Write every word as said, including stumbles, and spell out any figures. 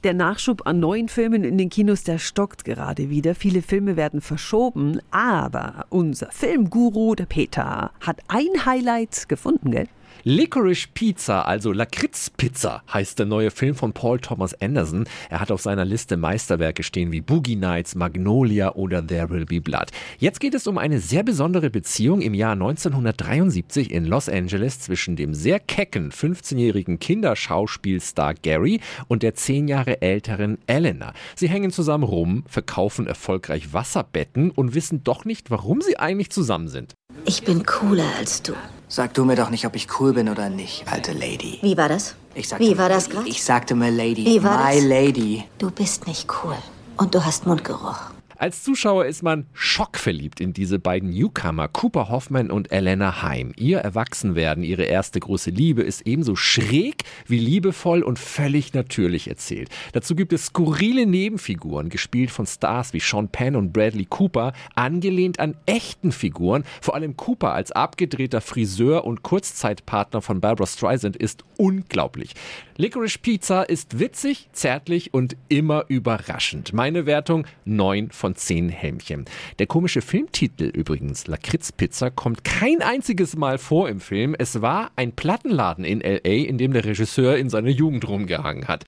Der Nachschub an neuen Filmen in den Kinos, der stockt gerade wieder. Viele Filme werden verschoben, aber unser Filmguru, der Peter, hat ein Highlight gefunden, gell? Licorice Pizza, also Lakritzpizza, heißt der neue Film von Paul Thomas Anderson. Er hat auf seiner Liste Meisterwerke stehen wie Boogie Nights, Magnolia oder There Will Be Blood. Jetzt geht es um eine sehr besondere Beziehung im Jahr neunzehnhundertdreiundsiebzig in Los Angeles zwischen dem sehr kecken fünfzehnjährigen Kinderschauspielstar Gary und der zehn Jahre älteren Elena. Sie hängen zusammen rum, verkaufen erfolgreich Wasserbetten und wissen doch nicht, warum sie eigentlich zusammen sind. Ich bin cooler als du. Sag du mir doch nicht, ob ich cool bin oder nicht, alte Lady. Wie war das? Ich sagte Wie war das Lady. gerade? Ich sagte my lady. Wie war my das? lady. Du bist nicht cool. Und du hast Mundgeruch. Als Zuschauer ist man schockverliebt in diese beiden Newcomer, Cooper Hoffman und Elena Heim. Ihr Erwachsenwerden, ihre erste große Liebe, ist ebenso schräg wie liebevoll und völlig natürlich erzählt. Dazu gibt es skurrile Nebenfiguren, gespielt von Stars wie Sean Penn und Bradley Cooper, angelehnt an echten Figuren. Vor allem Cooper als abgedrehter Friseur und Kurzzeitpartner von Barbra Streisand ist unglaublich. Licorice Pizza ist witzig, zärtlich und immer überraschend. Meine Wertung neun von zehn Helmchen. Der komische Filmtitel übrigens, Lakritzpizza, kommt kein einziges Mal vor im Film. Es war ein Plattenladen in L A, in dem der Regisseur in seiner Jugend rumgehangen hat.